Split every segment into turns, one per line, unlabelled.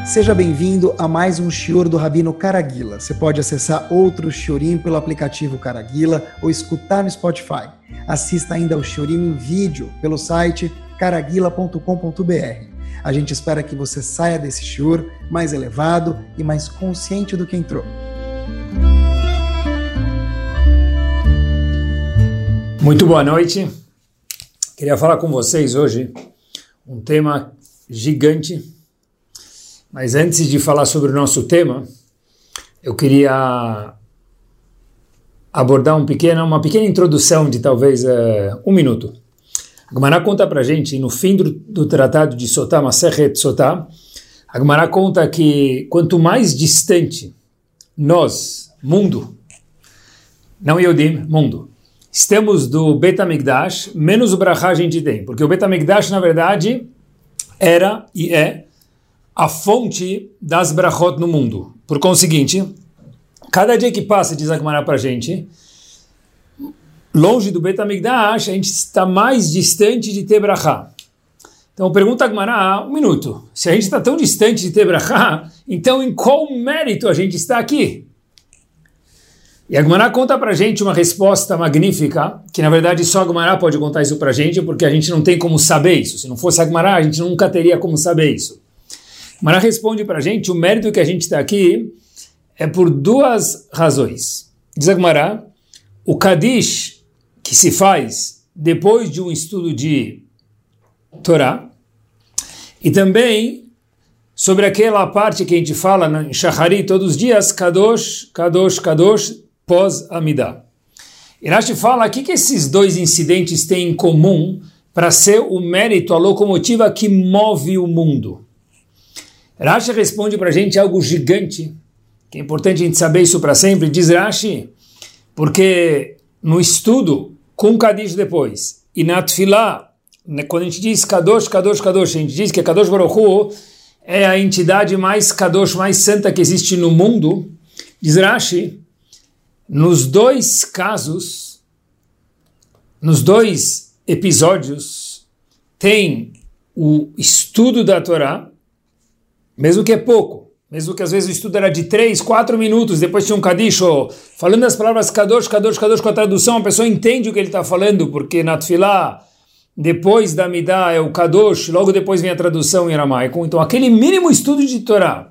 Seja bem-vindo a mais um shiur do Rabino Caraguila. Você pode acessar outro shiurim pelo aplicativo Caraguila ou escutar no Spotify. Assista ainda ao shiurim em vídeo pelo site caraguila.com.br. A gente espera que você saia desse shiur mais elevado e mais consciente do que entrou.
Muito boa noite. Queria falar com vocês hoje um tema gigante. Mas antes de falar sobre o nosso tema, eu queria abordar uma pequena introdução de talvez um minuto. A Gemara conta para a gente, no fim do tratado de Sotá, Masechet Sotá, a Gemara conta que quanto mais distante nós, mundo, não Yodim, mundo, estamos do Bet HaMikdash, menos o brachá a gente tem. Porque o Bet HaMikdash, na verdade, era e é a fonte das brachot no mundo. Por conseguinte, cada dia que passa, diz a Gemara para a gente, longe do Bet HaMikdash, a gente está mais distante de ter brachá. Então pergunta a Gemara, um minuto, se a gente está tão distante de ter brachá, então em qual mérito a gente está aqui? E a Gemara conta para a gente uma resposta magnífica, que na verdade só a Gemara pode contar isso para a gente, porque a gente não tem como saber isso. Se não fosse a Gemara, a gente nunca teria como saber isso. Mara responde para a gente, o mérito que a gente está aqui é por duas razões. Diz a Gemara, o Kadish que se faz depois de um estudo de Torá, e também sobre aquela parte que a gente fala em Shachari todos os dias, Kadosh, Kadosh, Kadosh, pós-Amidah. E Rashi fala, o que esses dois incidentes têm em comum para ser o mérito, a locomotiva que move o mundo? Rashi responde para a gente algo gigante, que é importante a gente saber isso para sempre. Diz Rashi, porque no estudo com Kadish depois, e na Tfilá, quando a gente diz Kadosh, Kadosh, Kadosh, a gente diz que Kadosh Baruch Hu é a entidade mais Kadosh, mais santa que existe no mundo. Diz Rashi, nos dois casos, nos dois episódios, tem o estudo da Torá, mesmo que é pouco, mesmo que às vezes o estudo era de 3, 4 minutos, depois tinha um Kadish, falando as palavras Kadosh, Kadosh, Kadosh com a tradução, a pessoa entende o que ele está falando, porque na Tfilá, depois da Amidah é o Kadosh, logo depois vem a tradução em aramaico. Então aquele mínimo estudo de Torá,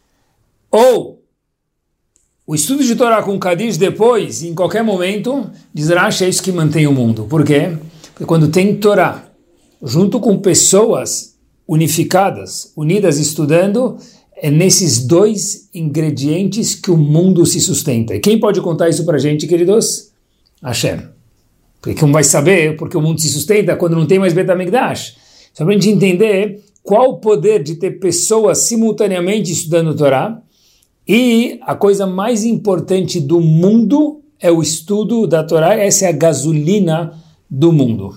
ou o estudo de Torá com Kadish depois, em qualquer momento, diz Rashi, é isso que mantém o mundo. Por quê? Porque quando tem Torá, junto com pessoas unificadas, unidas, estudando, é nesses dois ingredientes que o mundo se sustenta. E quem pode contar isso para a gente, queridos? Hashem. Porque como vai saber porque o mundo se sustenta quando não tem mais Bet HaMikdash? Só para a gente entender qual o poder de ter pessoas simultaneamente estudando Torá. E a coisa mais importante do mundo é o estudo da Torá. Essa é a gasolina do mundo.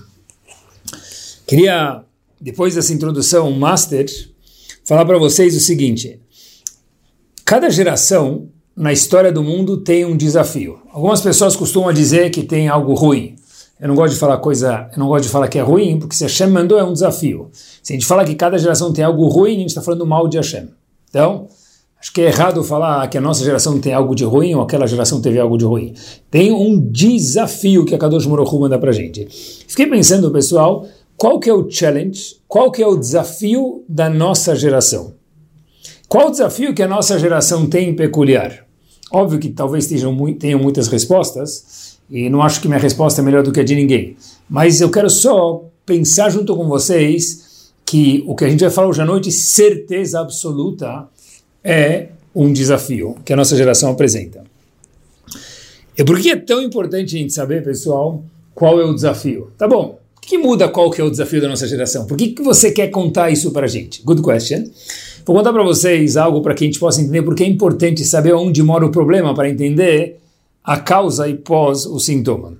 Queria, depois dessa introdução, master, falar para vocês o seguinte. Cada geração na história do mundo tem um desafio. Algumas pessoas costumam dizer que tem algo ruim. Eu não gosto de falar que é ruim, porque se Hashem mandou é um desafio. Se a gente fala que cada geração tem algo ruim, a gente está falando mal de Hashem. Então, acho que é errado falar que a nossa geração tem algo de ruim ou aquela geração teve algo de ruim. Tem um desafio que a Kadosh Baruch Hu manda para a gente. Fiquei pensando, pessoal, qual que é o challenge, qual que é o desafio da nossa geração? Qual o desafio que a nossa geração tem em peculiar? Óbvio que talvez tenham muitas respostas, e não acho que minha resposta é melhor do que a de ninguém. Mas eu quero só pensar junto com vocês que o que a gente vai falar hoje à noite, certeza absoluta, é um desafio que a nossa geração apresenta. E por que é tão importante a gente saber, pessoal, qual é o desafio? Tá bom, o que muda qual que é o desafio da nossa geração? Por que você quer contar isso para a gente? Good question. Vou contar para vocês algo para que a gente possa entender porque é importante saber onde mora o problema para entender a causa e pós o sintoma.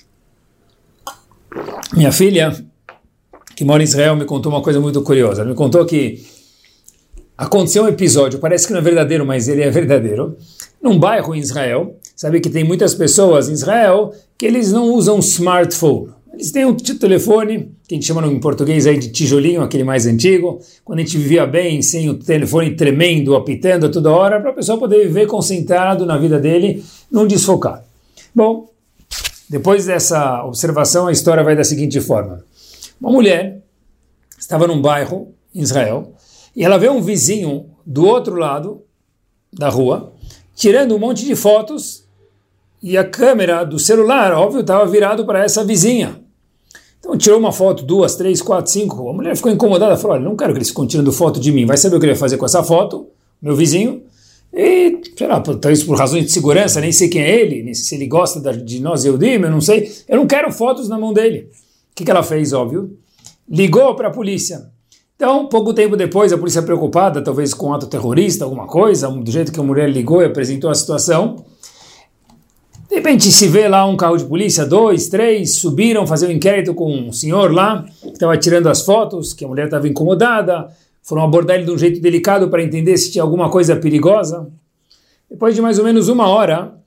Minha filha, que mora em Israel, me contou uma coisa muito curiosa. Ela me contou que aconteceu um episódio, parece que não é verdadeiro, mas ele é verdadeiro, num bairro em Israel. Sabe que tem muitas pessoas em Israel que eles não usam smartphone. Eles têm um telefone, que a gente chama em português aí de tijolinho, aquele mais antigo, quando a gente vivia bem, sem o telefone tremendo, apitando toda hora, para a pessoa poder viver concentrado na vida dele, não desfocar. Bom, depois dessa observação, a história vai da seguinte forma. Uma mulher estava num bairro em Israel, e ela vê um vizinho do outro lado da rua, tirando um monte de fotos, e a câmera do celular, óbvio, estava virado para essa vizinha. Então tirou uma foto, 2, 3, 4, 5, a mulher ficou incomodada, falou, olha, não quero que eles fiquem tirando foto de mim, vai saber o que ele vai fazer com essa foto, meu vizinho, e, sei lá, talvez por razões de segurança, nem sei quem é ele, nem se ele gosta de nós Yehudim, eu não sei, eu não quero fotos na mão dele. O que ela fez, óbvio? Ligou para a polícia. Então, pouco tempo depois, a polícia preocupada, talvez com um ato terrorista, alguma coisa, do jeito que a mulher ligou e apresentou a situação, de repente se vê lá um carro de polícia, 2, 3, subiram fazer um inquérito com um senhor lá, que estava tirando as fotos, que a mulher estava incomodada, foram abordar ele de um jeito delicado para entender se tinha alguma coisa perigosa. Depois de mais ou menos 1 hora,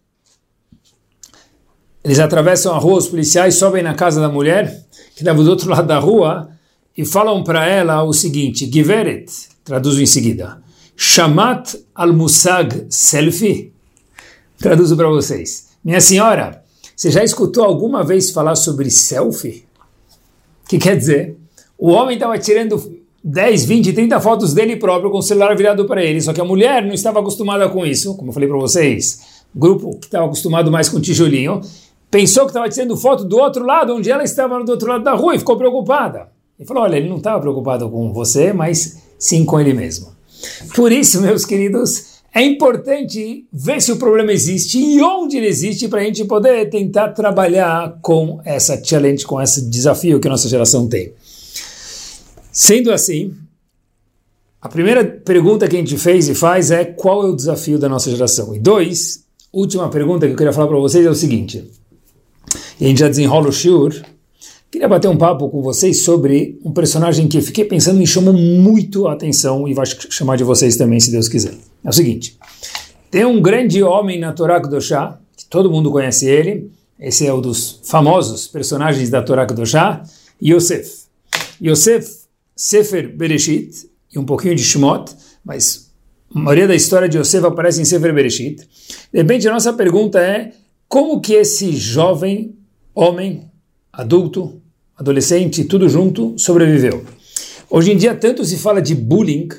eles atravessam a rua, os policiais sobem na casa da mulher, que estava do outro lado da rua, e falam para ela o seguinte, Giveret, traduzo em seguida, Shamat al-Musag selfie, traduzo para vocês. Minha senhora, você já escutou alguma vez falar sobre selfie? O que quer dizer? O homem estava tirando 10, 20, 30 fotos dele próprio com o celular virado para ele, só que a mulher não estava acostumada com isso, como eu falei para vocês, o grupo que estava acostumado mais com tijolinho, pensou que estava tirando foto do outro lado, onde ela estava do outro lado da rua, e ficou preocupada. Ele falou, olha, ele não estava preocupado com você, mas sim com ele mesmo. Por isso, meus queridos, é importante ver se o problema existe e onde ele existe para a gente poder tentar trabalhar com essa challenge, com esse desafio que a nossa geração tem. Sendo assim, a primeira pergunta que a gente fez e faz é qual é o desafio da nossa geração? E 2, última pergunta que eu queria falar para vocês é o seguinte, e a gente já desenrola o shiur, queria bater um papo com vocês sobre um personagem que eu fiquei pensando e chamou muito a atenção e vai chamar de vocês também, se Deus quiser. É o seguinte, tem um grande homem na Torá Kedoshá, que todo mundo conhece ele, esse é um dos famosos personagens da Torá Kedoshá, Yosef. Yosef, Sefer Bereshit, e um pouquinho de Shemot, mas a maioria da história de Yosef aparece em Sefer Bereshit. De repente a nossa pergunta é, como que esse jovem homem, adulto, adolescente, tudo junto, sobreviveu? Hoje em dia tanto se fala de bullying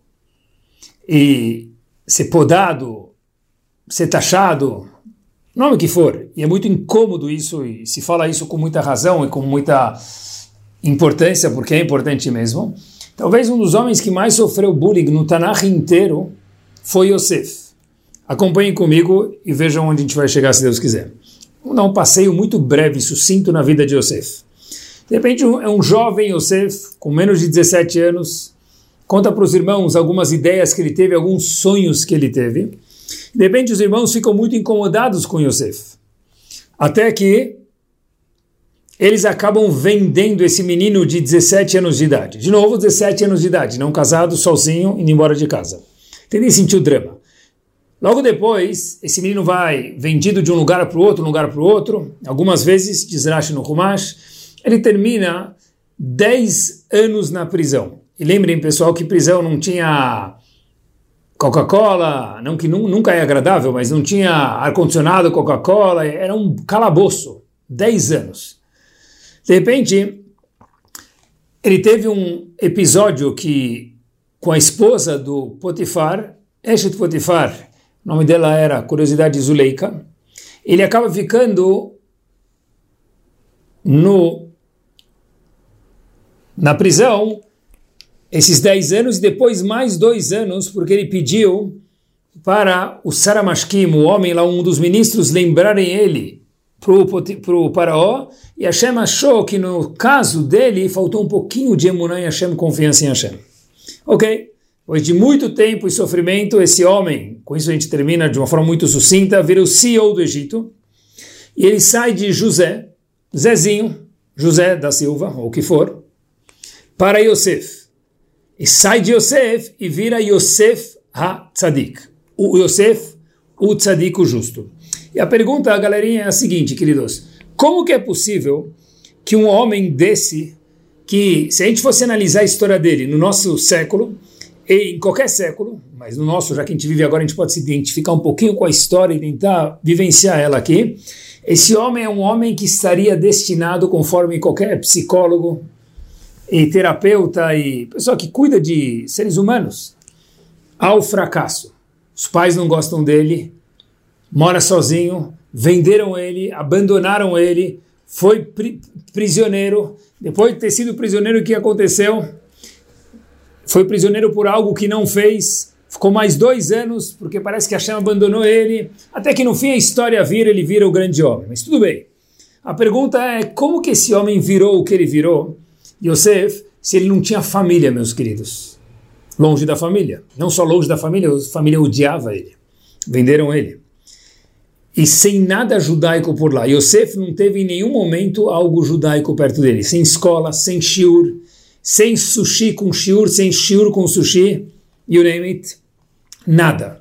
e ser podado, ser taxado, nome que for, e é muito incômodo isso, e se fala isso com muita razão e com muita importância, porque é importante mesmo. Talvez um dos homens que mais sofreu bullying no Tanakh inteiro foi Yosef. Acompanhem comigo e vejam onde a gente vai chegar, se Deus quiser. Vamos dar um passeio muito breve, sucinto na vida de Yosef. De repente é um jovem Yosef, com menos de 17 anos, conta para os irmãos algumas ideias que ele teve, alguns sonhos que ele teve. De repente os irmãos ficam muito incomodados com Yosef. Até que eles acabam vendendo esse menino de 17 anos de idade. De novo, 17 anos de idade, não casado, sozinho, indo embora de casa. Entendem? Sentir o drama. Logo depois, esse menino vai vendido de um lugar para o outro, algumas vezes, diz Rashi no Humash, ele termina 10 anos na prisão. E lembrem, pessoal, que prisão não tinha Coca-Cola, não que nunca é agradável, mas não tinha ar-condicionado, Coca-Cola, era um calabouço, 10 anos. De repente, ele teve um episódio que, com a esposa do Potifar, Eshet Potifar, o nome dela era Curiosidade Zuleika, ele acaba ficando na prisão esses 10 anos e depois mais 2 anos, porque ele pediu para o Saramashkim, o homem lá, um dos ministros, lembrarem ele para o Faraó, e Hashem achou que no caso dele faltou um pouquinho de emuná em Hashem, confiança em Hashem. Ok? Depois de muito tempo e sofrimento, esse homem, com isso a gente termina de uma forma muito sucinta, vira o CEO do Egito, e ele sai de Zezinho, José da Silva, ou o que for, para Yosef. E sai de Yosef e vira Yosef ha-Tzadik. O Yosef, o Tzadik, o justo. E a pergunta, galerinha, é a seguinte, queridos. Como que é possível que um homem desse, que se a gente fosse analisar a história dele no nosso século, e em qualquer século, mas no nosso, já que a gente vive agora, a gente pode se identificar um pouquinho com a história e tentar vivenciar ela aqui. Esse homem é um homem que estaria destinado, conforme qualquer psicólogo e terapeuta e pessoa que cuida de seres humanos, ao fracasso. Os pais não gostam dele, mora sozinho, venderam ele, abandonaram ele, foi prisioneiro. Depois de ter sido prisioneiro, o que aconteceu? Foi prisioneiro por algo que não fez, ficou mais 2 anos, porque parece que Hashem abandonou ele, até que no fim a história vira, ele vira o grande homem. Mas tudo bem. A pergunta é, como que esse homem virou o que ele virou, Yosef, se ele não tinha família, meus queridos? Longe da família. Não só longe da família, a família odiava ele. Venderam ele. E sem nada judaico por lá. Yosef não teve em nenhum momento algo judaico perto dele. Sem escola, sem shiur, sem sushi com shiur, sem shiur com sushi, you name it, nada.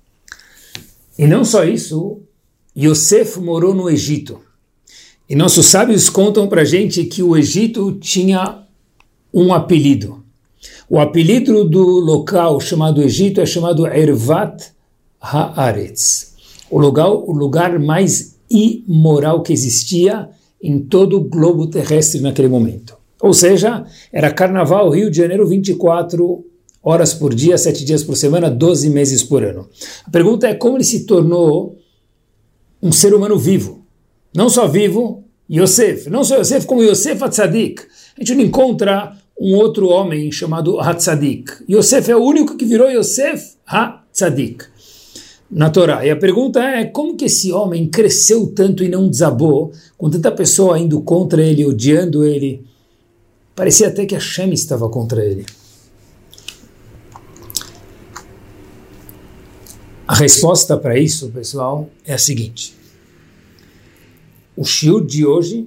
E não só isso, Yosef morou no Egito. E nossos sábios contam para a gente que o Egito tinha um apelido. O apelido do local chamado Egito é chamado Ervat Haaretz. O lugar mais imoral que existia em todo o globo terrestre naquele momento. Ou seja, era carnaval, Rio de Janeiro, 24 horas por dia, 7 dias por semana, 12 meses por ano. A pergunta é como ele se tornou um ser humano vivo. Não só vivo, Yosef. Não só Yosef, como Yosef HaTzadik. A gente não encontra um outro homem chamado HaTzadik. Yosef é o único que virou Yosef HaTzadik na Torá. E a pergunta é como que esse homem cresceu tanto e não desabou, com tanta pessoa indo contra ele, odiando ele. Parecia até que Hashem estava contra ele. A resposta para isso, pessoal, é a seguinte. O shiur de hoje,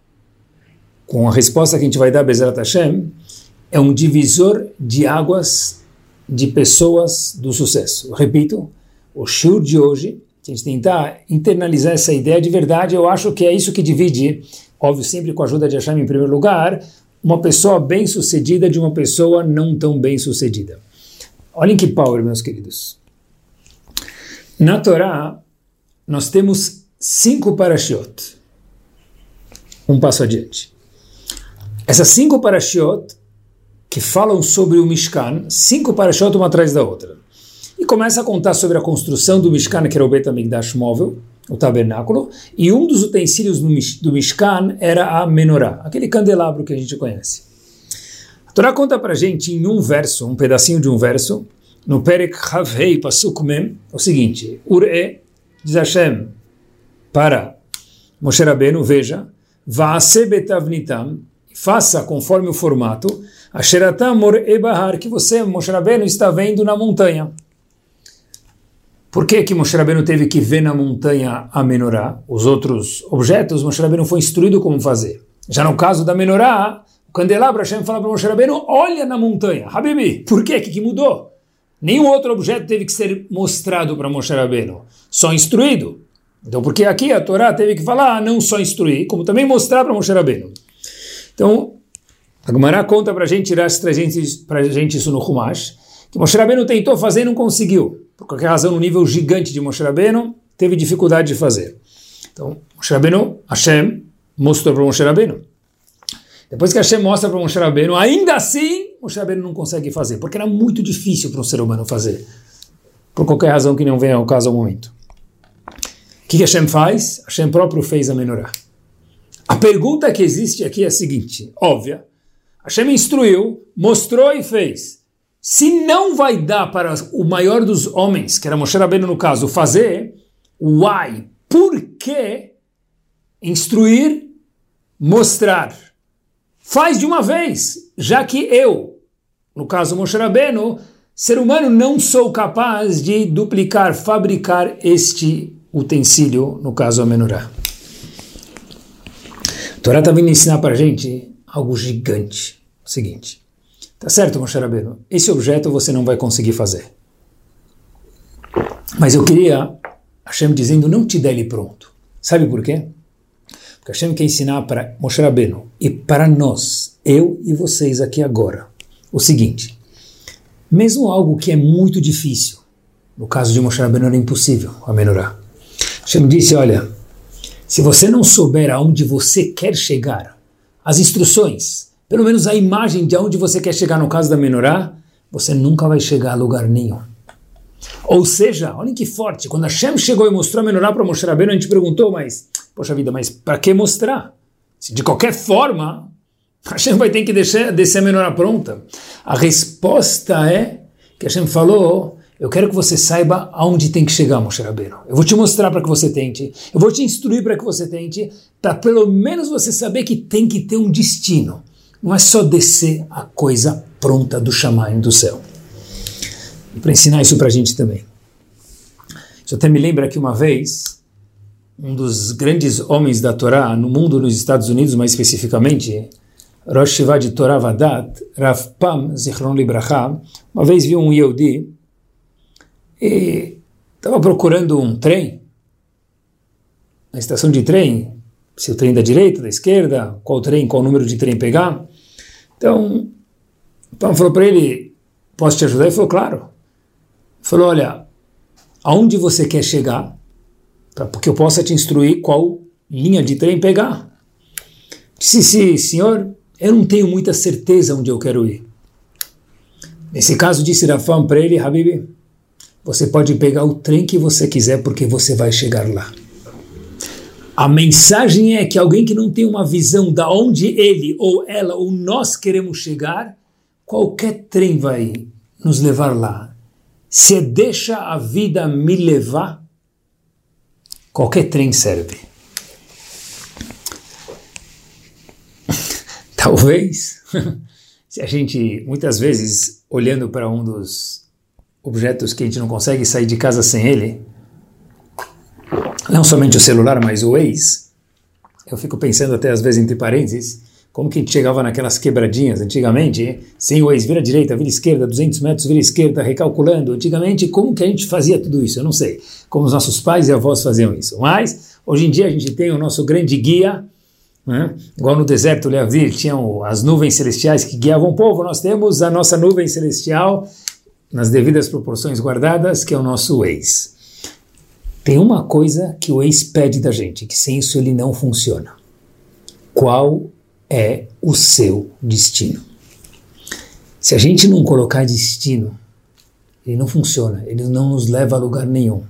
com a resposta que a gente vai dar, Be'ezrat Hashem, é um divisor de águas de pessoas do sucesso. Eu repito, o shiur de hoje, se a gente tentar internalizar essa ideia de verdade, eu acho que é isso que divide, óbvio, sempre com a ajuda de Hashem em primeiro lugar, uma pessoa bem-sucedida de uma pessoa não tão bem-sucedida. Olhem que power, meus queridos. Na Torá, nós temos 5 parashiot. Um passo adiante. Essas 5 parashiot que falam sobre o Mishkan, 5 parashiot uma atrás da outra. E começa a contar sobre a construção do Mishkan, que era o Bet HaMikdash móvel, o tabernáculo, e um dos utensílios do Mishkan era a menorá, aquele candelabro que a gente conhece. A Torá conta pra gente em um verso, um pedacinho de um verso, no Perek Havhei Pasuk Mem, o seguinte: Ure, diz Hashem para Moshe Rabbeinu, veja, Va'ase betavnitam, faça conforme o formato, Asheratam mor'e bahar, que você, Moshe Rabbeinu, está vendo na montanha. Por que Moshe Rabbeinu teve que ver na montanha a menorá? Os outros objetos, Moshe Rabbeinu foi instruído como fazer. Já no caso da menorá, o candelabro, Hashem fala para Moshe Rabbeinu, olha na montanha. Habibi, por quê? O que mudou? Nenhum outro objeto teve que ser mostrado para Moshe Rabbeinu, só instruído. Então, porque aqui a Torá teve que falar, não só instruir, como também mostrar para Moshe Rabbeinu. Então, a Gemara conta para a gente, tirar para a gente isso no Humash, que Moshe Rabbeinu tentou fazer e não conseguiu. Por qualquer razão, no nível gigante de Moshe Rabbeinu, teve dificuldade de fazer. Então, Moshe Rabbeinu, Hashem mostrou para Moshe Rabbeinu. Depois que Hashem mostra para Moshe Rabbeinu, ainda assim, Moshe Rabbeinu não consegue fazer, porque era muito difícil para um ser humano fazer. Por qualquer razão que não venha ao caso ao momento. O que Hashem faz? Hashem próprio fez a menorá. A pergunta que existe aqui é a seguinte, óbvia. Hashem instruiu, mostrou e fez. Se não vai dar para o maior dos homens, que era Moshe Rabbeinu no caso, fazer, why? Por que instruir, mostrar? Faz de uma vez, já que eu, no caso Moshe Rabbeinu, ser humano, não sou capaz de duplicar, fabricar este utensílio, no caso a menorá. A Torá está vindo ensinar para a gente algo gigante. O seguinte, tá certo, Moshe Rabbeinu, esse objeto você não vai conseguir fazer. Mas eu queria, Hashem dizendo, não te dê ele pronto. Sabe por quê? Porque Hashem quer ensinar para Moshe Rabbeinu e para nós, eu e vocês aqui agora, o seguinte: mesmo algo que é muito difícil, no caso de Moshe Rabbeinu era impossível, a menorá. Hashem disse, olha, se você não souber aonde você quer chegar, as instruções, pelo menos a imagem de aonde você quer chegar no caso da menorá, você nunca vai chegar a lugar nenhum. Ou seja, olhem que forte, quando Hashem chegou e mostrou a menorá para Moshe Rabbeinu, a gente perguntou, mas, poxa vida, mas para que mostrar? Se de qualquer forma, Hashem vai ter que descer a menorá pronta. A resposta é que Hashem falou, eu quero que você saiba aonde tem que chegar, Moshe Rabbeinu. Eu vou te mostrar para que você tente, eu vou te instruir para que você tente, para pelo menos você saber que tem que ter um destino. Não é só descer a coisa pronta do Shamayim, do céu. E para ensinar isso para a gente também. Isso até me lembra que uma vez, um dos grandes homens da Torá no mundo, nos Estados Unidos mais especificamente, Rosh Yeshiva de Torah Vadat, Rav Pam Zichron Libracha, uma vez viu um Yehudi e estava procurando um trem, na estação de trem, se o trem da direita, da esquerda, qual número de trem pegar. Então, o Pam falou para ele, posso te ajudar? Ele falou, claro. Ele falou, olha, aonde você quer chegar, porque eu possa te instruir qual linha de trem pegar. Disse, sim, senhor, eu não tenho muita certeza onde eu quero ir. Nesse caso, disse Rafam para ele, Habibi, você pode pegar o trem que você quiser, porque você vai chegar lá. A mensagem é que alguém que não tem uma visão de onde ele, ou ela, ou nós queremos chegar, qualquer trem vai nos levar lá. Se deixa a vida me levar, qualquer trem serve. Talvez, se a gente, muitas vezes, olhando para um dos objetos que a gente não consegue sair de casa sem ele, não somente o celular, mas o Waze, eu fico pensando até às vezes entre parênteses, como que a gente chegava naquelas quebradinhas antigamente, sem o Waze, vira direita, vira esquerda, 200 metros, vira esquerda, recalculando. Antigamente, como que a gente fazia tudo isso? Eu não sei, como os nossos pais e avós faziam isso. Mas, hoje em dia, a gente tem o nosso grande guia, né? Igual no deserto, tinham as nuvens celestiais que guiavam o povo, nós temos a nossa nuvem celestial, nas devidas proporções guardadas, que é o nosso Waze. Tem uma coisa que o Waze pede da gente, que sem isso ele não funciona. Qual é o seu destino? Se a gente não colocar destino, ele não funciona, ele não nos leva a lugar nenhum.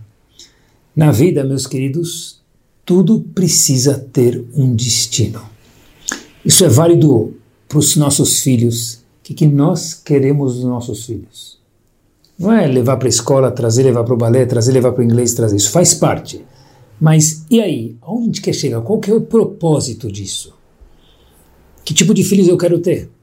Na vida, meus queridos, tudo precisa ter um destino. Isso é válido para os nossos filhos. O que nós queremos dos nossos filhos? Não é levar para a escola, trazer, levar para o balé, trazer, levar para o inglês, trazer. Isso faz parte. Mas e aí? Aonde a gente quer chegar? Qual que é o propósito disso? Que tipo de filhos eu quero ter?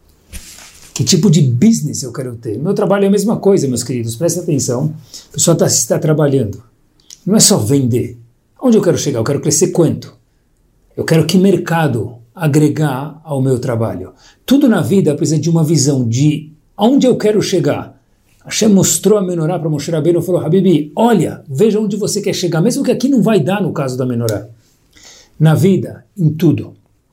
Que tipo de business eu quero ter? Meu trabalho é a mesma coisa, meus queridos. Prestem atenção. A pessoa está trabalhando. Não é só vender. Onde eu quero chegar? Eu quero crescer quanto? Eu quero que mercado agregar ao meu trabalho. Tudo na vida precisa de uma visão de aonde eu quero chegar. Hashem mostrou a menorá para Moshe Rabbeinu e falou, Habibi, olha, veja onde você quer chegar, mesmo que aqui não vai dar no caso da menorá. Na vida, em tudo.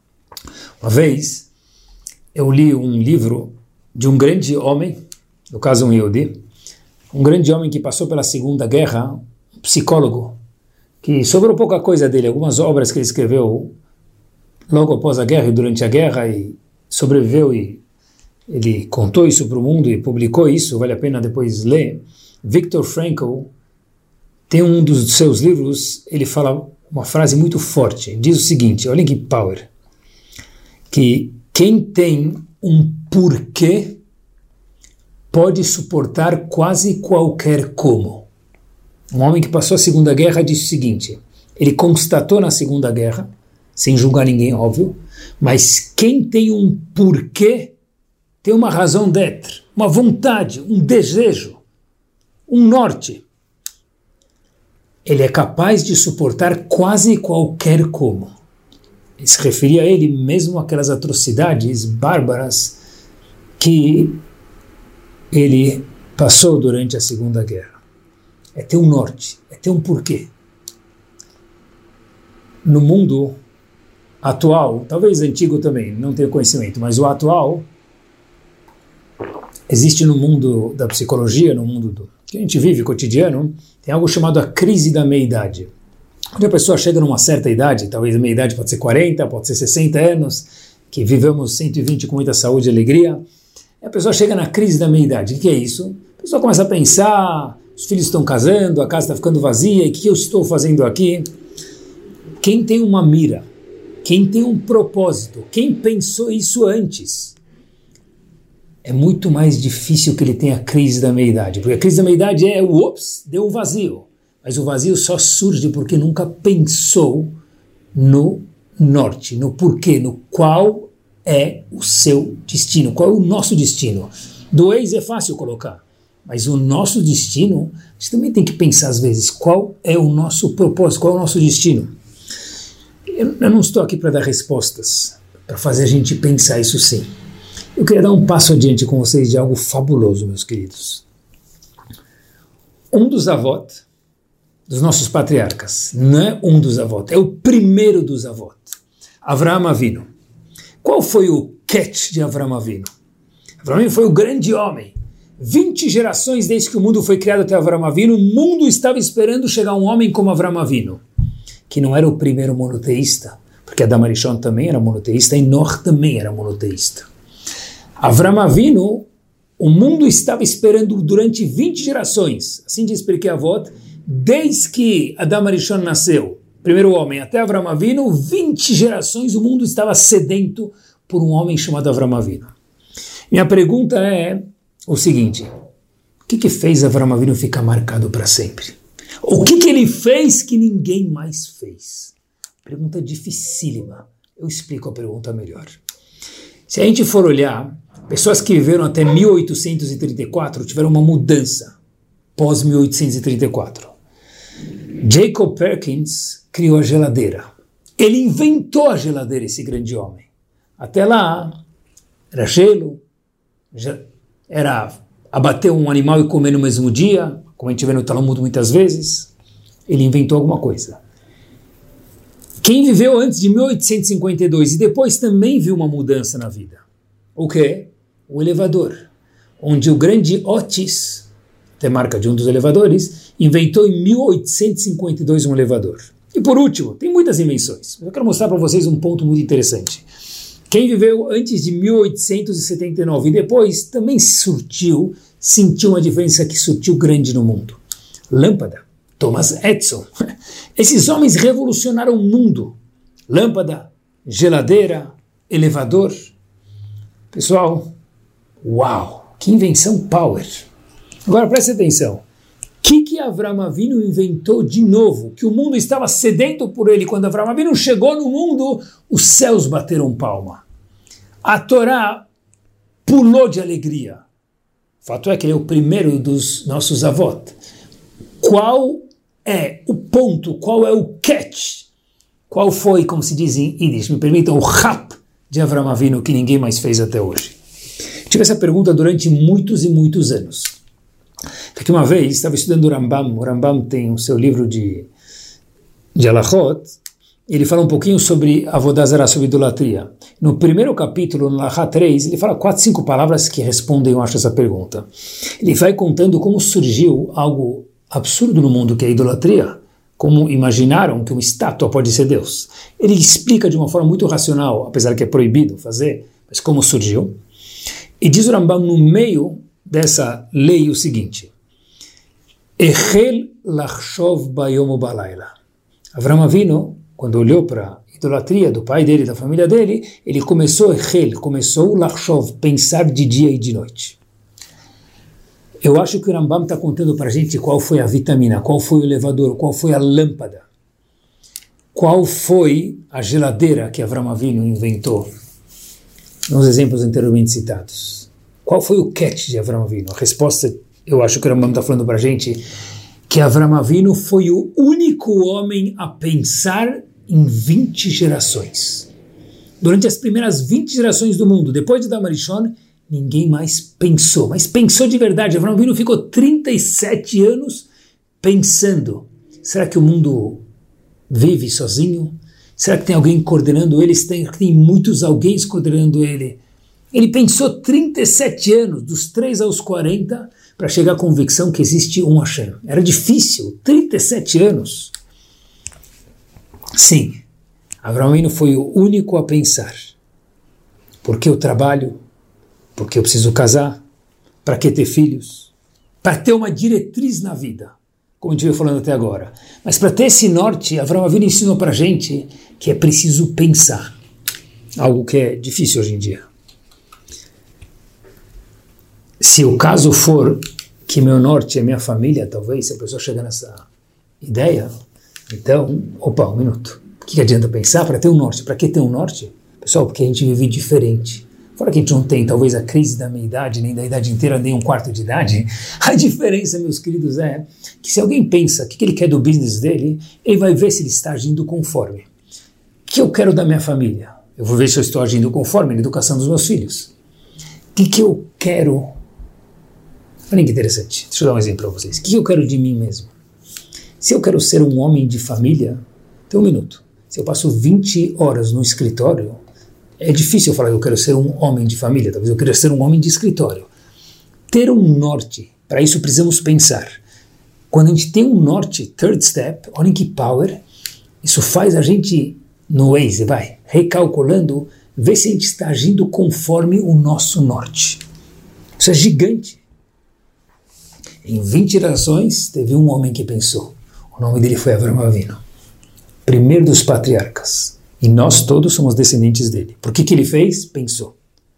Uma vez, eu li um livro de um grande homem, no caso um Yehudi, um grande homem que passou pela Segunda Guerra, um psicólogo, que sobrou pouca coisa dele, algumas obras que ele escreveu logo após a guerra e durante a guerra, e sobreviveu e ele contou isso para o mundo e publicou isso, vale a pena depois ler. Viktor Frankl tem um dos seus livros, ele fala uma frase muito forte, diz o seguinte, olhem que power, que quem tem um porquê pode suportar quase qualquer como. Um homem que passou a Segunda Guerra disse o seguinte, ele constatou na Segunda Guerra, sem julgar ninguém, óbvio, mas quem tem um porquê tem uma razão d'être, uma vontade, um desejo, um norte. Ele é capaz de suportar quase qualquer como. Ele se referia a ele mesmo aquelas atrocidades bárbaras que ele passou durante a Segunda Guerra. É ter um norte, é ter um porquê. No mundo, atual, talvez antigo também, não tenho conhecimento, mas o atual existe no mundo da psicologia, no mundo que a gente vive cotidiano, tem algo chamado a crise da meia-idade. Quando a pessoa chega numa certa idade, talvez a meia-idade pode ser 40, pode ser 60 anos, que vivemos 120 com muita saúde e alegria, a pessoa chega na crise da meia-idade. O que é isso? A pessoa começa a pensar, os filhos estão casando, a casa está ficando vazia, e o que eu estou fazendo aqui? Quem tem uma mira, quem tem um propósito, quem pensou isso antes, é muito mais difícil que ele tenha a crise da meia-idade, porque a crise da meia-idade é deu um vazio, mas o vazio só surge porque nunca pensou no norte, no porquê, no qual é o seu destino, qual é o nosso destino. Do ex é fácil colocar, mas o nosso destino, a gente também tem que pensar às vezes, qual é o nosso propósito, qual é o nosso destino. Eu não estou aqui para dar respostas, para fazer a gente pensar isso sim. Eu queria dar um passo adiante com vocês de algo fabuloso, meus queridos. Um dos avós, dos nossos patriarcas, não é um dos avós, é o primeiro dos avós, Avraham Avinu. Qual foi o catch de Avraham Avinu? Avraham Avinu foi o grande homem. 20 gerações desde que o mundo foi criado até Avraham Avinu, o mundo estava esperando chegar um homem como Avraham Avinu, que não era o primeiro monoteísta, porque Adam Arishon também era monoteísta e Noach também era monoteísta. Avraham Avinu, o mundo estava esperando durante 20 gerações, assim diz Pirkei Avot, desde que Adam Arishon nasceu, primeiro homem, até Avraham Avinu, 20 gerações o mundo estava sedento por um homem chamado Avraham Avinu. Minha pergunta é o seguinte: o que fez Avraham Avinu ficar marcado para sempre? O que ele fez que ninguém mais fez? Pergunta dificílima. Eu explico a pergunta melhor. Se a gente for olhar, pessoas que viveram até 1834 tiveram uma mudança pós 1834. Jacob Perkins criou a geladeira. Ele inventou a geladeira, esse grande homem. Até lá, era gelo, era abater um animal e comer no mesmo dia, como a gente vê no Talmud muitas vezes. Ele inventou alguma coisa. Quem viveu antes de 1852 e depois também viu uma mudança na vida. O quê? O elevador. Onde o grande Otis, até marca de um dos elevadores, inventou em 1852 um elevador. E por último, tem muitas invenções. Eu quero mostrar para vocês um ponto muito interessante. Quem viveu antes de 1879 e depois também sentiu uma diferença que surtiu grande no mundo. Lâmpada. Thomas Edison. Esses homens revolucionaram o mundo. Lâmpada, geladeira, elevador. Pessoal, uau, que invenção power. Agora preste atenção. O que Avraham Avinu inventou de novo? Que o mundo estava sedento por ele. Quando Avraham Avinu chegou no mundo, os céus bateram palma. A Torá pulou de alegria. O fato é que ele é o primeiro dos nossos avós. Qual é o ponto, qual é o catch? Qual foi, como se diz em Yiddish, me permitam, o rap de Avraham Avinu que ninguém mais fez até hoje? Tive essa pergunta durante muitos e muitos anos. Porque uma vez estava estudando o Rambam tem o seu livro de Halachot, ele fala um pouquinho sobre Avodah Zarah, sobre idolatria. No primeiro capítulo, no Halachá 3, ele fala 4, 5 palavras que respondem, eu acho, essa pergunta. Ele vai contando como surgiu algo absurdo no mundo, que é a idolatria, como imaginaram que uma estátua pode ser Deus. Ele explica de uma forma muito racional, apesar que é proibido fazer, mas como surgiu. E diz o Rambam no meio dessa lei o seguinte: Echel lachshov bayom ubalayla. Avraham Avinu, quando olhou para a idolatria do pai dele e da família dele, ele começou lachshov, pensar de dia e de noite. Eu acho que o Rambam está contando para a gente qual foi a vitamina, qual foi o elevador, qual foi a lâmpada, qual foi a geladeira que Avraham Avinu inventou, nos exemplos anteriormente citados. Qual foi o catch de Avraham Avinu? A resposta, eu acho que o Rambam está falando para a gente, que Avraham Avinu foi o único homem a pensar em 20 gerações. Durante as primeiras 20 gerações do mundo, depois de Adam Arishon, ninguém mais pensou, mas pensou de verdade. Avraham Avinu ficou 37 anos pensando, será que o mundo vive sozinho? Será que tem alguém coordenando ele? Tem muitos alguém coordenando ele. Ele pensou 37 anos, dos 3 aos 40, para chegar à convicção que existe um Hashem. Era difícil, 37 anos. Sim, Avraham Avinu foi o único a pensar. Por que eu trabalho? Por que eu preciso casar? Para que ter filhos? Para ter uma diretriz na vida, como a gente veio falando até agora. Mas para ter esse norte, Avraham Avinu ensinou para a gente que é preciso pensar. Algo que é difícil hoje em dia. Se o caso for que meu norte é minha família, talvez, se a pessoa chegar nessa ideia, então, opa, um minuto. O que adianta pensar para ter um norte? Para que ter um norte? Pessoal, porque a gente vive diferente. Fora que a gente não tem, talvez, a crise da meia idade, nem da idade inteira, nem um quarto de idade. A diferença, meus queridos, é que se alguém pensa o que ele quer do business dele, ele vai ver se ele está agindo conforme. O que eu quero da minha família? Eu vou ver se eu estou agindo conforme na educação dos meus filhos. O que eu quero? Olha que interessante. Deixa eu dar um exemplo para vocês. O que eu quero de mim mesmo? Se eu quero ser um homem de família, tem um minuto. Se eu passo 20 horas no escritório, é difícil eu falar que eu quero ser um homem de família. Talvez eu queira ser um homem de escritório. Ter um norte, para isso precisamos pensar. Quando a gente tem um norte, third step, olhem que power, isso faz a gente, no Waze, recalculando, ver se a gente está agindo conforme o nosso norte. Isso é gigante. Em 20 gerações, teve um homem que pensou. O nome dele foi Avraham Avinu, primeiro dos patriarcas. E nós todos somos descendentes dele. Por que ele fez? Pensou.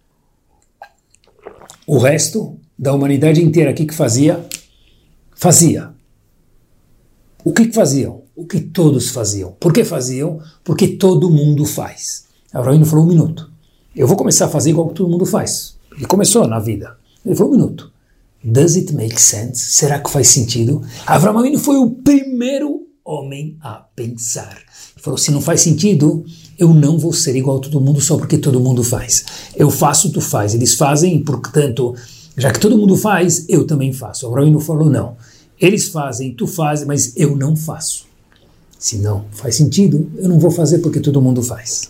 O resto da humanidade inteira, o que fazia? Fazia. O que faziam? O que todos faziam. Por que faziam? Porque todo mundo faz. Avraham falou um minuto. Eu vou começar a fazer igual que todo mundo faz. Ele começou na vida. Ele falou um minuto. Does it make sense? Será que faz sentido? Avraham Avinu foi o primeiro homem a pensar. Ele falou, se não faz sentido, eu não vou ser igual a todo mundo só porque todo mundo faz. Eu faço, tu faz. Eles fazem, portanto, já que todo mundo faz, eu também faço. Avraham Avinu falou, não. Eles fazem, tu faz, mas eu não faço. Se não faz sentido, eu não vou fazer porque todo mundo faz.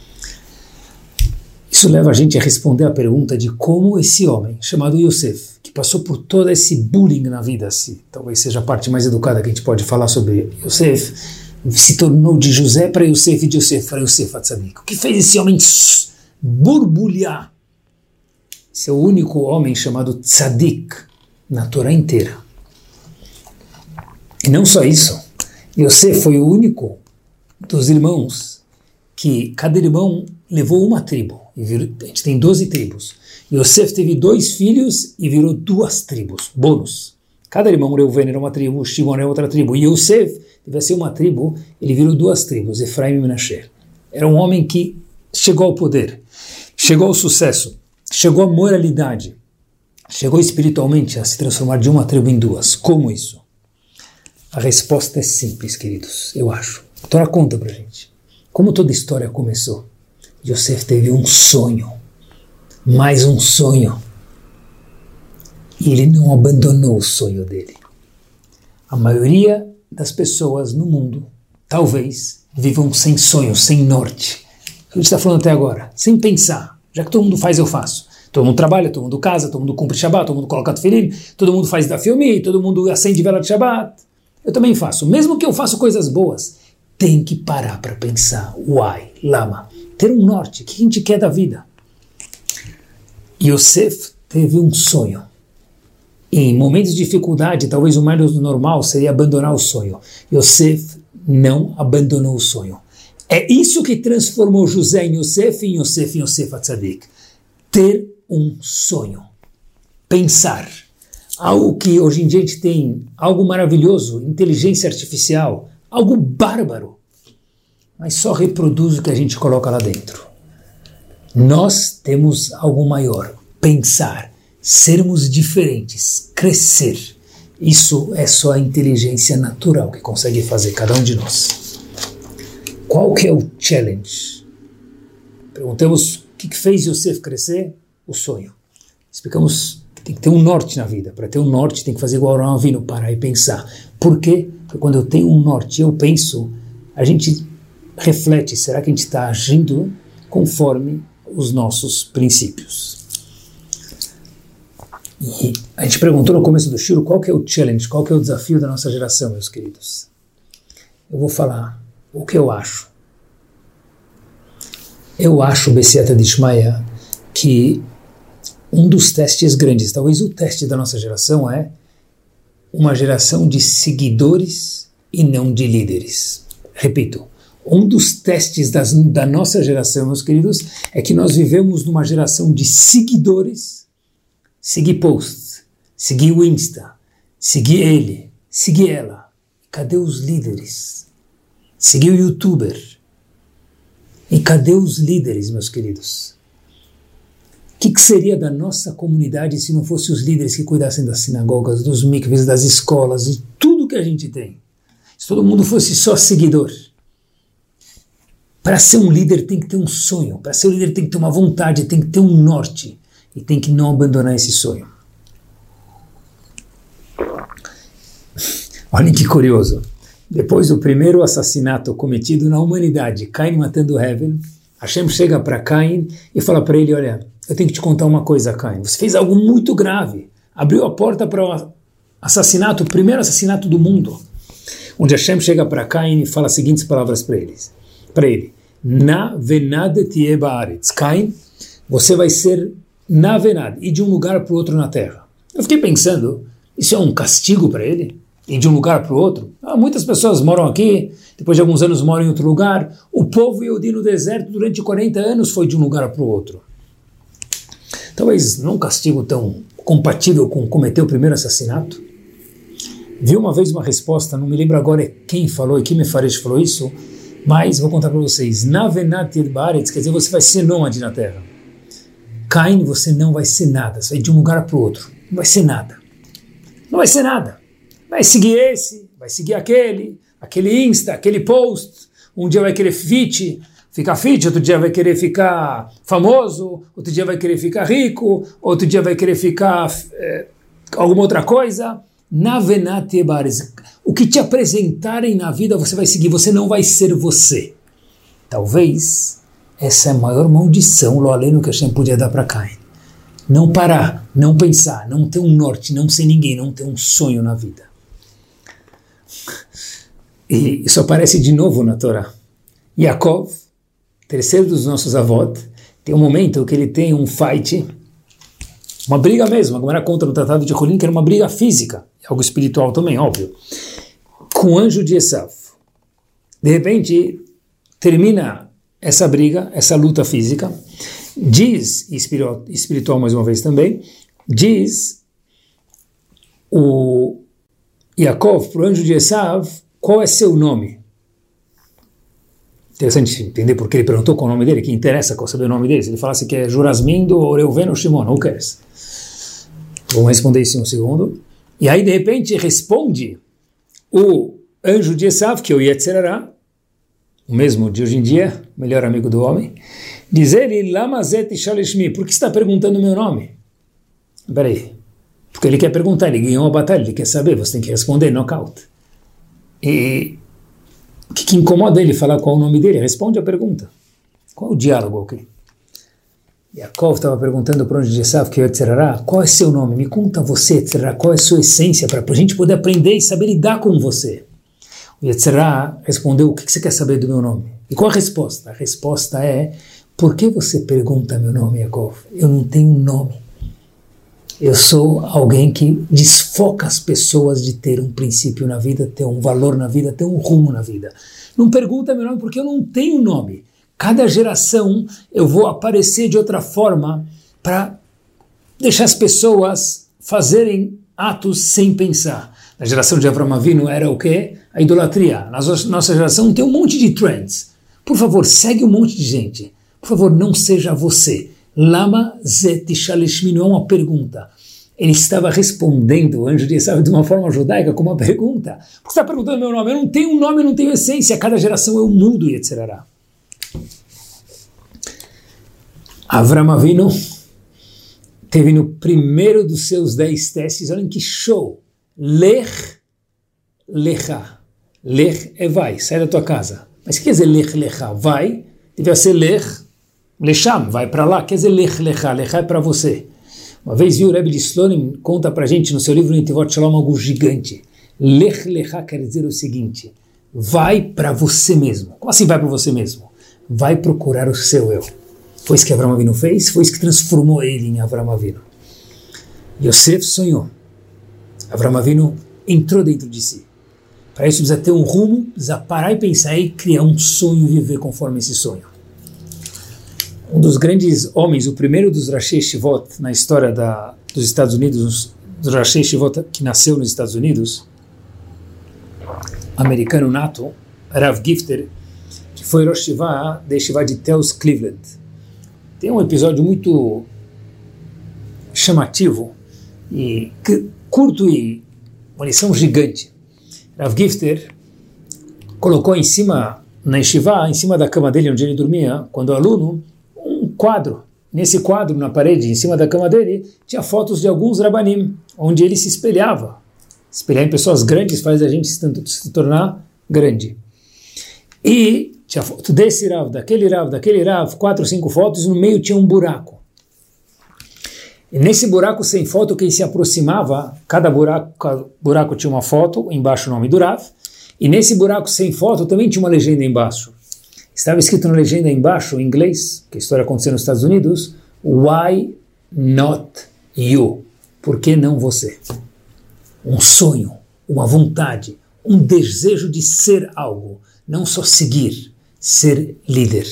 Isso leva a gente a responder a pergunta de como esse homem, chamado Yosef, que passou por todo esse bullying na vida, talvez seja a parte mais educada que a gente pode falar sobre Yosef, se tornou de José para Yosef e de Yosef para Yosef Atzadik. O que fez esse homem borbulhar? Esse é o único homem chamado Tzadik na Torá inteira. E não só isso, Yosef foi o único dos irmãos que cada irmão levou uma tribo. A gente tem 12 tribos. Yosef teve 2 filhos e virou 2 tribos. Bônus. Cada irmão, Reuven era uma tribo, Shimon era outra tribo. E Yosef devia ser uma tribo, ele virou 2 tribos, Efraim e Menashe. Era um homem que chegou ao poder, chegou ao sucesso, chegou à moralidade, chegou espiritualmente a se transformar de uma tribo em 2. Como isso? A resposta é simples, queridos, eu acho. A Torá conta pra gente. Como toda história começou, Yosef teve um sonho, mais um sonho, e ele não abandonou o sonho dele. A maioria das pessoas no mundo, talvez, vivam sem sonho, sem norte. A gente está falando até agora, sem pensar. Já que todo mundo faz, eu faço. Todo mundo trabalha, todo mundo casa, todo mundo cumpre Shabbat, todo mundo coloca tefilim, todo mundo faz da filme, todo mundo acende vela de Shabbat. Eu também faço. Mesmo que eu faça coisas boas, tem que parar para pensar. Why? Lama. Ter um norte. O que a gente quer da vida? Yosef teve um sonho. Em momentos de dificuldade, talvez o mais normal seria abandonar o sonho. Yosef não abandonou o sonho. É isso que transformou José em Yosef e Yosef em Yosef Atzadik. Ter um sonho. Pensar. Algo que hoje em dia a gente tem, algo maravilhoso, inteligência artificial, algo bárbaro, mas só reproduz o que a gente coloca lá dentro. Nós temos algo maior, pensar, sermos diferentes, crescer. Isso é só a inteligência natural que consegue fazer cada um de nós. Qual que é o challenge? Perguntamos o que fez Yosef crescer? O sonho. Explicamos que tem que ter um norte na vida. Para ter um norte tem que fazer igual Avraham Avinu, parar e pensar. Por quê? Porque quando eu tenho um norte, eu penso, a gente reflete, será que a gente está agindo conforme os nossos princípios? E a gente perguntou no começo do shiur qual que é o challenge, qual que é o desafio da nossa geração, meus queridos. Eu vou falar o que eu acho. Eu acho, Bessiata Dishmaya, que um dos testes grandes, talvez o teste da nossa geração é uma geração de seguidores e não de líderes. Repito, um dos testes da nossa geração, meus queridos, é que nós vivemos numa geração de seguidores, seguir posts, seguir o Insta, seguir ele, seguir ela. Cadê os líderes? Seguir o youtuber. E cadê os líderes, meus queridos? O que seria da nossa comunidade se não fossem os líderes que cuidassem das sinagogas, dos mikvahs, das escolas e tudo que a gente tem? Se todo mundo fosse só seguidor. Para ser um líder tem que ter um sonho, para ser um líder tem que ter uma vontade, tem que ter um norte e tem que não abandonar esse sonho. Olhem que curioso. Depois do primeiro assassinato cometido na humanidade, Caim matando Hevel, Hashem chega para Caim e fala para ele, olha, eu tenho que te contar uma coisa, Caim. Você fez algo muito grave. Abriu a porta para o assassinato, o primeiro assassinato do mundo. Onde Hashem chega para Caim e fala as seguintes palavras para ele. Na venad tie baaretz. Caim, você vai ser na venad, ir de um lugar para o outro na terra. Eu fiquei pensando, isso é um castigo para ele? Ir de um lugar para o outro? Muitas pessoas moram aqui, depois de alguns anos moram em outro lugar. O povo Yehudi no deserto durante 40 anos foi de um lugar para o outro. Talvez não um castigo tão compatível com cometer o primeiro assassinato. Vi uma vez uma resposta, não me lembro agora quem falou e quem me Faresh falou isso, mas vou contar para vocês. Na venat baaretz, quer dizer, você vai ser nômade na terra. Caim, você não vai ser nada, você vai de um lugar para o outro. Não vai ser nada. Não vai ser nada. Vai seguir esse, vai seguir aquele Insta, aquele post. Um dia vai querer ficar fit, outro dia vai querer ficar famoso, outro dia vai querer ficar rico, outro dia vai querer ficar alguma outra coisa. Na venat baaretz. O que te apresentarem na vida você vai seguir, você não vai ser você. Talvez essa é a maior maldição, lo aleno que Hashem podia dar para Caim. Não parar, não pensar, não ter um norte, não ser ninguém, não ter um sonho na vida. E isso aparece de novo na Torá. Yaakov, terceiro dos nossos avós, tem um momento que ele tem um fight, uma briga mesmo, como era contra o Tratado de Rolim, que era uma briga física, algo espiritual também, óbvio, com o anjo de Esav. De repente, termina essa briga, essa luta física, diz, espiritual mais uma vez também, diz o Yaakov para o anjo de Esav, qual é seu nome? Interessante entender porque ele perguntou qual é o nome dele, que interessa qual saber o nome dele. Se ele falasse que é Jurasmindo, ou Reuven ou Shimon, who cares? Vamos responder isso em um segundo. E aí, de repente, responde o anjo de Esav, que é o Yetzirará, o mesmo de hoje em dia, melhor amigo do homem, diz ele, Lama zet shalishmi, por que você está perguntando o meu nome? Peraí, porque ele quer perguntar, ele ganhou a batalha, ele quer saber, você tem que responder, knockout. E o que incomoda ele falar qual é o nome dele? Responde a pergunta. Qual é o diálogo aqui? Yaakov estava perguntando para o anjo de Esav, que é o Yetzirará, qual é seu nome? Me conta você, Yetzirará, qual é a sua essência, para a gente poder aprender e saber lidar com você. O Yetzirará respondeu, o que você quer saber do meu nome? E qual a resposta? A resposta é, por que você pergunta meu nome, Yaakov? Eu não tenho nome. Eu sou alguém que desfoca as pessoas de ter um princípio na vida, ter um valor na vida, ter um rumo na vida. Não pergunta meu nome porque eu não tenho nome. Cada geração eu vou aparecer de outra forma para deixar as pessoas fazerem atos sem pensar. Na geração de Avraham Avinu era o quê? A idolatria. Na nossa geração tem um monte de trends. Por favor, segue um monte de gente. Por favor, não seja você. Lama zet shalishmi não é uma pergunta. Ele estava respondendo, o anjo de Esav, de uma forma judaica, com uma pergunta. Por que você está perguntando meu nome? Eu não tenho um nome, eu não tenho essência. Cada geração eu mudo, Yetzirará. Avraham Avinu teve no primeiro dos seus 10 testes, olhem que show. Lech, lecha. Lech é vai, sai da tua casa. Mas o que quer dizer lech lecha? Vai, devia ser lech lecham, vai para lá. Quer dizer lech lecha? Lecha é para você. Uma vez viu o Rebbe de Slonim, conta para a gente no seu livro Netivot Shalom algo gigante. Lech lecha quer dizer o seguinte, vai para você mesmo. Como assim vai para você mesmo? Vai procurar o seu eu. Foi isso que Avraham Avinu fez, foi isso que transformou ele em Avraham Avinu. Yosef sonhou. Avraham Avinu entrou dentro de si. Para isso precisa ter um rumo, precisa parar e pensar e criar um sonho e viver conforme esse sonho. Um dos grandes homens, o primeiro dos Rashi Yeshivot na história dos Estados Unidos, dos Rashi Yeshivot que nasceu nos Estados Unidos, americano nato, Rav Gifter, que foi Rosh Yeshiva da Yeshiva de Telz, Cleveland. Tem um episódio muito chamativo e curto e uma lição gigante. Rav Gifter colocou em cima, na Yeshiva, em cima da cama dele, onde ele dormia, quando o aluno, um quadro. Nesse quadro, na parede, em cima da cama dele, tinha fotos de alguns rabanim, onde ele se espelhava. Espelhar em pessoas grandes faz a gente se tornar grande. E tinha foto desse Rav, daquele Rav, 4 ou 5 fotos, e no meio tinha um buraco. E nesse buraco sem foto, quem se aproximava, cada buraco tinha uma foto, embaixo o nome do Rav, e nesse buraco sem foto também tinha uma legenda embaixo. Estava escrito na legenda embaixo, em inglês, que a história aconteceu nos Estados Unidos, Why not you? Por que não você? Um sonho, uma vontade, um desejo de ser algo, não só seguir, ser líder.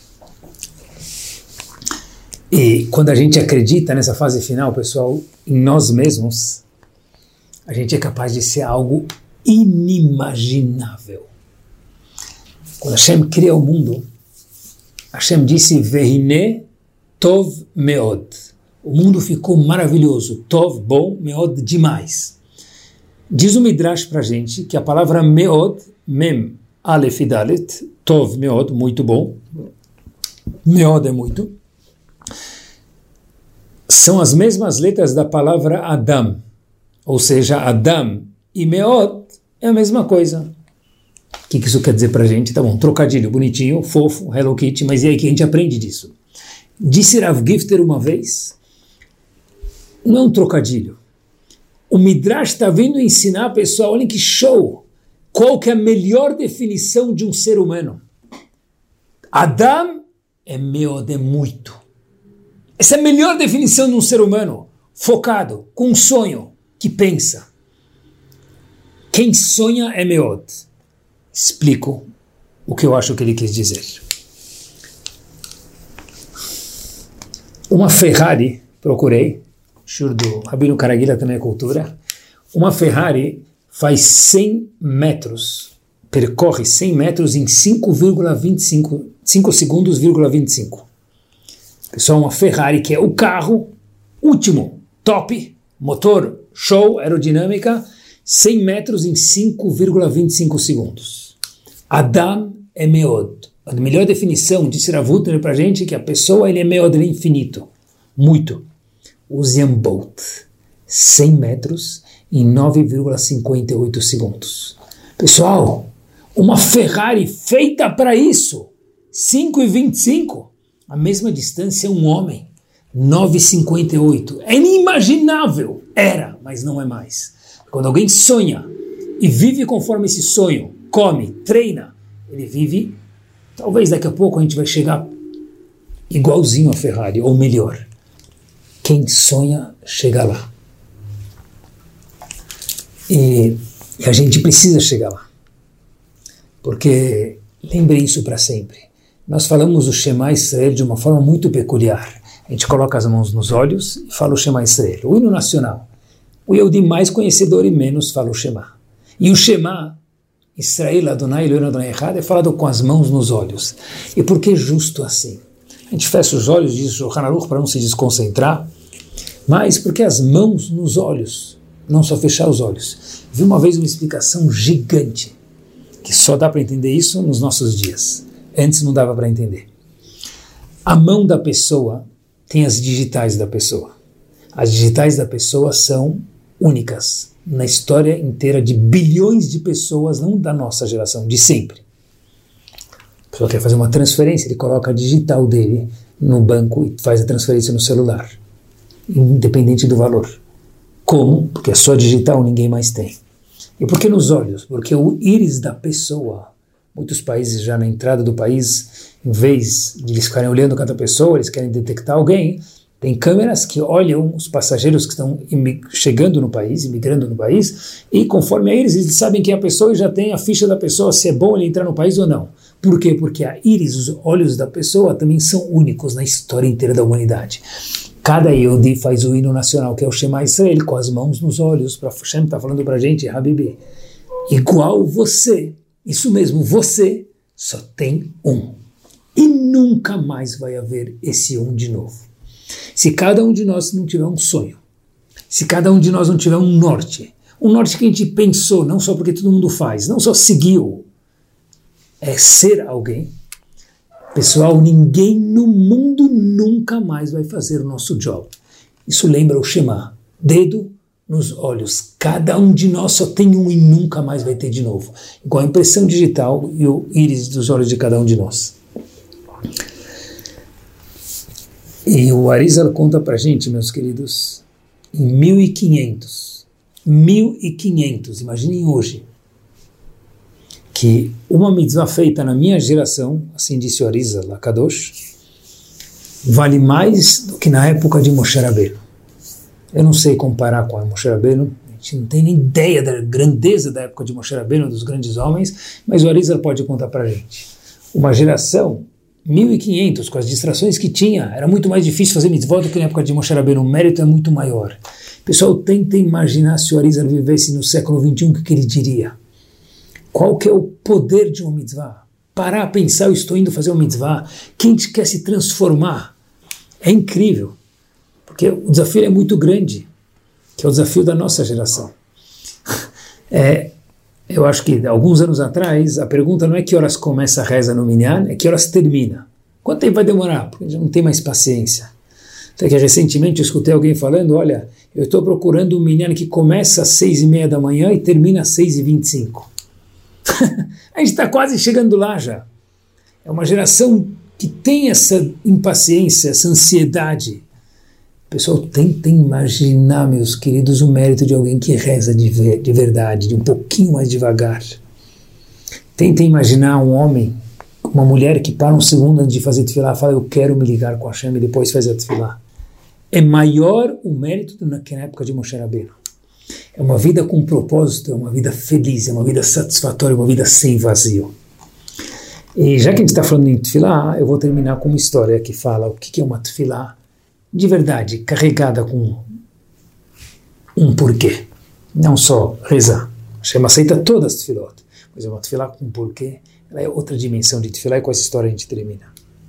E quando a gente acredita nessa fase final, pessoal, em nós mesmos, a gente é capaz de ser algo inimaginável. Quando Hashem cria o mundo, Hashem disse, Vehine tov meod. O mundo ficou maravilhoso. Tov, bom, meod, demais. Diz o Midrash pra gente que a palavra meod, mem, alef e dalet, tov, meod, muito bom, meod é muito, são as mesmas letras da palavra Adam, ou seja, Adam e Meod é a mesma coisa. O que isso quer dizer pra gente? Tá bom, trocadilho, bonitinho, fofo, Hello Kitty, mas e aí que a gente aprende disso? Disse Rav Gifter uma vez, não é um trocadilho. O Midrash está vindo ensinar a pessoa, olhem que show, qual que é a melhor definição de um ser humano? Adam é Meod, é muito. Essa é a melhor definição de um ser humano, focado, com um sonho, que pensa. Quem sonha é Meod. Explico o que eu acho que ele quis dizer. Uma Ferrari, procurei, shur do Rabino Caraguila também é cultura, uma Ferrari faz 100 metros, percorre 100 metros em 5 segundos, 25. Pessoal, uma Ferrari que é o carro último, top, motor, show, aerodinâmica, 100 metros em 5,25 segundos. Adam é Meod. A melhor definição de Rav Hutner para a gente é que a pessoa ele é Meod, ele é infinito, muito. Usain Bolt, 100 metros em 9,58 segundos. Pessoal, uma Ferrari feita para isso, 5,25. A mesma distância é um homem, 9,58. É inimaginável. Era, mas não é mais. Quando alguém sonha e vive conforme esse sonho, come, treina, ele vive, talvez daqui a pouco a gente vai chegar igualzinho a Ferrari, ou melhor. Quem sonha, chega lá. E a gente precisa chegar lá. Porque, lembre isso para sempre. Nós falamos o Shema Israel de uma forma muito peculiar. A gente coloca as mãos nos olhos e fala o Shema Israel. O hino nacional. O Yehudi mais conhecedor e menos fala o Shema. E o Shema, Israel Adonai Eloheinu Adonai Echad, é falado com as mãos nos olhos. E por que justo assim? A gente fecha os olhos, diz o Shulchan Aruch, para não se desconcentrar. Mas porque as mãos nos olhos, não só fechar os olhos. Vi uma vez uma explicação gigante, que só dá para entender isso nos nossos dias. Antes não dava para entender. A mão da pessoa tem as digitais da pessoa. As digitais da pessoa são únicas na história inteira de bilhões de pessoas, não da nossa geração, de sempre. pessoa quer fazer uma transferência, ele coloca a digital dele no banco e faz a transferência no celular, independente do valor. Como? Porque é só digital, ninguém mais tem. E por que nos olhos? Porque o íris da pessoa, muitos países já na entrada do país, em vez de eles ficarem olhando cada pessoa, eles querem detectar alguém, tem câmeras que olham os passageiros que estão chegando no país, imigrando no país, e conforme a íris, eles sabem quem é a pessoa e já tem a ficha da pessoa, se é bom ele entrar no país ou não. Por quê? Porque a íris, os olhos da pessoa também são únicos na história inteira da humanidade. Cada Yehudi faz o hino nacional, que é o Shema Israel, com as mãos nos olhos. Hashem está falando para a gente, Habibi, igual você, isso mesmo, você só tem um. E nunca mais vai haver esse um de novo. Se cada um de nós não tiver um sonho, se cada um de nós não tiver um norte que a gente pensou, não só porque todo mundo faz, não só seguiu, é ser alguém, pessoal, ninguém no mundo nunca mais vai fazer o nosso job. Isso lembra o Shema, dedo nos olhos, cada um de nós só tem um e nunca mais vai ter de novo, igual a impressão digital e o íris dos olhos de cada um de nós. E o Arizal conta para a gente, meus queridos, em 1500, imaginem hoje, que uma mitzvah feita na minha geração, assim disse o Arizal Akadosh, vale mais do que na época de Moshe Rabbeinu. Eu não sei comparar com a Moshe Rabbeinu, a gente não tem nem ideia da grandeza da época de Moshe Rabbeinu, dos grandes homens, mas o Arizal pode contar para a gente. Uma geração 1500, com as distrações que tinha, era muito mais difícil fazer mitzvot do que na época de Moshe Rabbeinu, o mérito é muito maior. Pessoal, tenta imaginar se o Arizal vivesse no século XXI, o que ele diria. Qual que é o poder de uma mitzvah? Parar a pensar, eu estou indo fazer uma mitzvah, quem quer se transformar? É incrível, porque o desafio é muito grande, que é o desafio da nossa geração. Eu acho que alguns anos atrás, a pergunta não é que horas começa a reza no minyan, é que horas termina. Quanto tempo vai demorar? Porque já não tem mais paciência. Até que recentemente eu escutei alguém falando, olha, eu estou procurando um minyan que começa às 6:30 da manhã e termina às 6:25. A gente está quase chegando lá já. É uma geração que tem essa impaciência, essa ansiedade. Pessoal, tentem imaginar, meus queridos, o mérito de alguém que reza de verdade, de um pouquinho mais devagar. Tentem imaginar um homem, uma mulher que para um segundo antes de fazer tefilá, fala, eu quero me ligar com Hashem e depois fazer a tefilá. É maior o mérito do que na época de Moshe Rabbeinu. É uma vida com propósito, é uma vida feliz, é uma vida satisfatória, uma vida sem vazio. E já que a gente está falando em tefilá, eu vou terminar com uma história que fala o que é uma tefilá de verdade, carregada com um porquê. Não só rezar. Hashem aceita todas as tefilot, mas é uma tefilá com um porquê. Ela é outra dimensão de tefilá e com essa história a gente termina.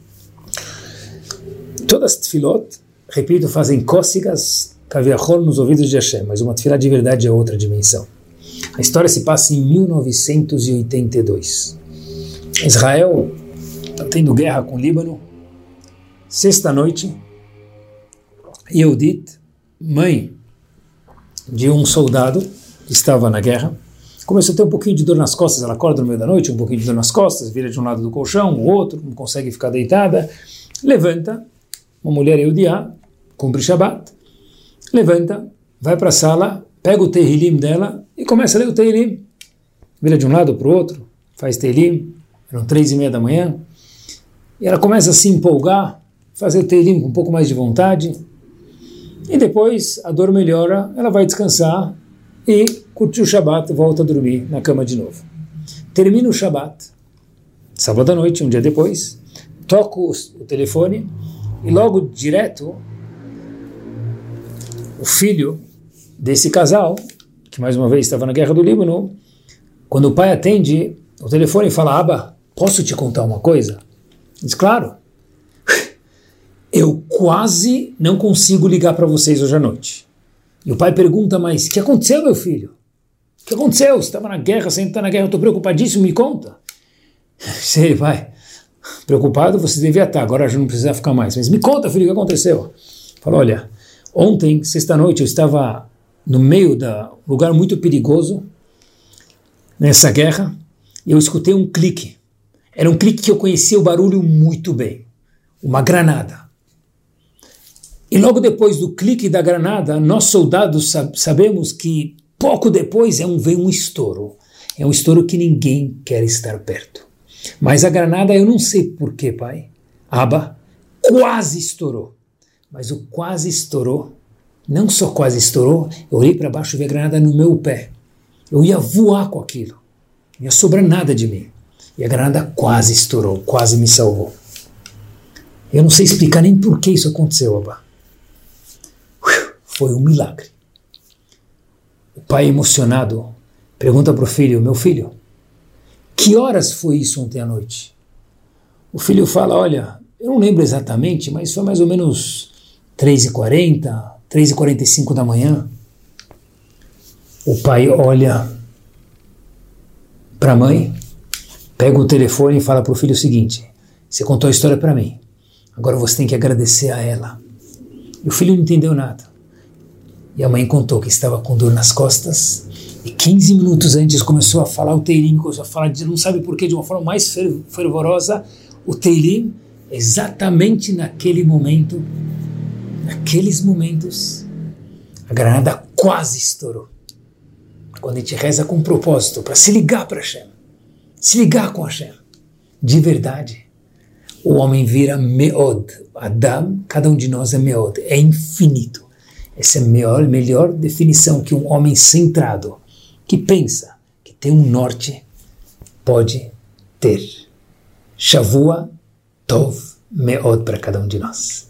Todas as tefilot, repito, fazem cócegas, caviarol nos ouvidos de Hashem, mas uma tefilá de verdade é outra dimensão. A história se passa em 1982. Israel está tendo guerra com o Líbano. Sexta-noite, Yehudit, mãe de um soldado que estava na guerra, começou a ter um pouquinho de dor nas costas. Ela acorda no meio da noite, um pouquinho de dor nas costas, vira de um lado do colchão, o outro, não consegue ficar deitada, levanta, uma mulher Yehudiá, cumpre Shabbat, levanta, vai para a sala, pega o Tehillim dela e começa a ler o Tehillim. Vira de um lado para o outro, faz Tehillim, eram 3:30 da manhã, e ela começa a se empolgar, fazer o Tehillim com um pouco mais de vontade, e depois a dor melhora, ela vai descansar e curte o Shabbat, volta a dormir na cama de novo. Termina o Shabbat, sábado à noite, um dia depois, toca o telefone e logo direto o filho desse casal, que mais uma vez estava na guerra do Líbano, quando o pai atende o telefone e fala, Abba, posso te contar uma coisa? Diz, claro. Eu quase não consigo ligar para vocês hoje à noite. E o pai pergunta, mas o que aconteceu, meu filho? O que aconteceu? Você estava na guerra, você está na guerra, eu estou preocupadíssimo, me conta. Sei, pai. Preocupado você devia estar, agora já não precisa ficar mais. Mas me conta, filho, o que aconteceu? Fala, olha, ontem, sexta-noite, eu estava no meio de um lugar muito perigoso, nessa guerra, e eu escutei um clique. Era um clique que eu conhecia o barulho muito bem. Uma granada. E logo depois do clique da granada, nós soldados sabemos que pouco depois vem um estouro. É um estouro que ninguém quer estar perto. Mas a granada, eu não sei porquê, pai. Abba, quase estourou. Mas o quase estourou, não só quase estourou, eu olhei para baixo e vi a granada no meu pé. Eu ia voar com aquilo. Não ia sobrar nada de mim. E a granada quase estourou, quase me salvou. Eu não sei explicar nem por que isso aconteceu, Abba. Foi um milagre. O pai emocionado pergunta para o filho, meu filho, que horas foi isso ontem à noite? O filho fala, olha, eu não lembro exatamente, mas foi mais ou menos 3h40, 3h45 da manhã. O pai olha para a mãe, pega o telefone e fala para o filho o seguinte, você contou a história para mim, agora você tem que agradecer a ela. E o filho não entendeu nada. E a mãe contou que estava com dor nas costas e 15 minutos antes começou a falar o Teilim, começou a falar, não sabe porquê, de uma forma mais fervorosa, o Teilim, exatamente naquele momento, naqueles momentos, a granada quase estourou. Quando a gente reza com um propósito, para se ligar para Hashem, se ligar com Hashem, de verdade, o homem vira Meod, Adam, cada um de nós é Meod, é infinito. Essa é a melhor definição que um homem centrado, que pensa, que tem um norte, pode ter. Shavua Tov Meod para cada um de nós.